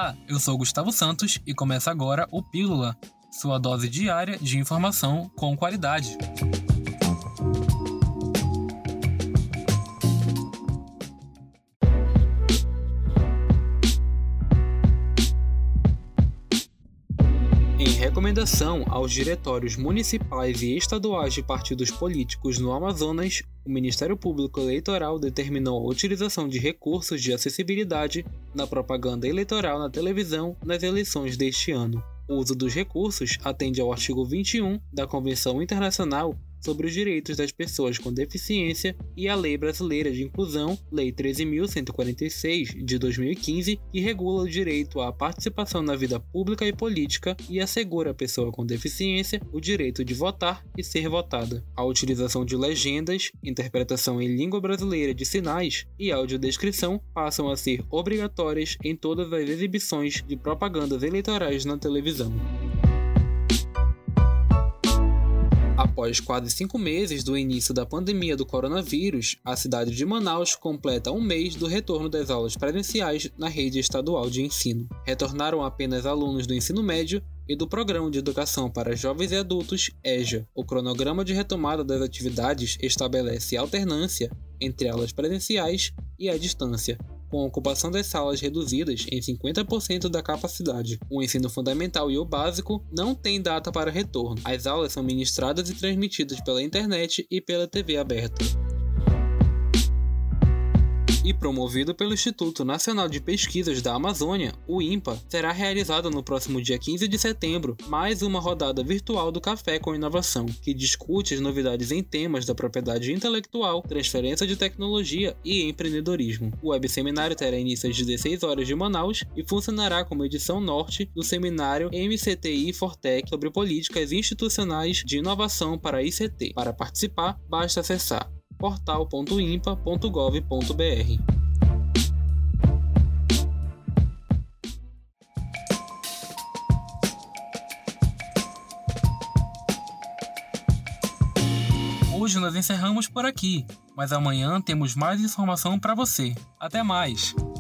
Olá, eu sou Gustavo Santos e começa agora o Pílula, sua dose diária de informação com qualidade. Em recomendação aos diretórios municipais e estaduais de partidos políticos no Amazonas, o Ministério Público Eleitoral determinou a utilização de recursos de acessibilidade na propaganda eleitoral na televisão nas eleições deste ano. O uso dos recursos atende ao artigo 21 da Convenção Internacional sobre os Direitos das Pessoas com Deficiência e à Lei Brasileira de Inclusão, Lei 13.146, de 2015, que regula o direito à participação na vida pública e política e assegura à pessoa com deficiência o direito de votar e ser votada. A utilização de legendas, interpretação em língua brasileira de sinais e audiodescrição passam a ser obrigatórias em todas as exibições de propagandas eleitorais na televisão. Após quase 5 meses do início da pandemia do coronavírus, a cidade de Manaus completa um mês do retorno das aulas presenciais na rede estadual de ensino. Retornaram apenas alunos do ensino médio e do Programa de Educação para Jovens e Adultos, EJA. O cronograma de retomada das atividades estabelece alternância entre aulas presenciais e à distância, com a ocupação das salas reduzidas em 50% da capacidade. O ensino fundamental e o básico não têm data para retorno. As aulas são ministradas e transmitidas pela internet e pela TV aberta. E promovido pelo Instituto Nacional de Pesquisas da Amazônia, o INPA, será realizada no próximo dia 15 de setembro mais uma rodada virtual do Café com Inovação, que discute as novidades em temas da propriedade intelectual, transferência de tecnologia e empreendedorismo. O webseminário terá início às 16 horas de Manaus e funcionará como edição norte do seminário MCTI Fortec sobre políticas institucionais de inovação para a ICT. Para participar, basta acessar portal.impa.gov.br. Hoje nós encerramos por aqui, mas amanhã temos mais informação para você. Até mais!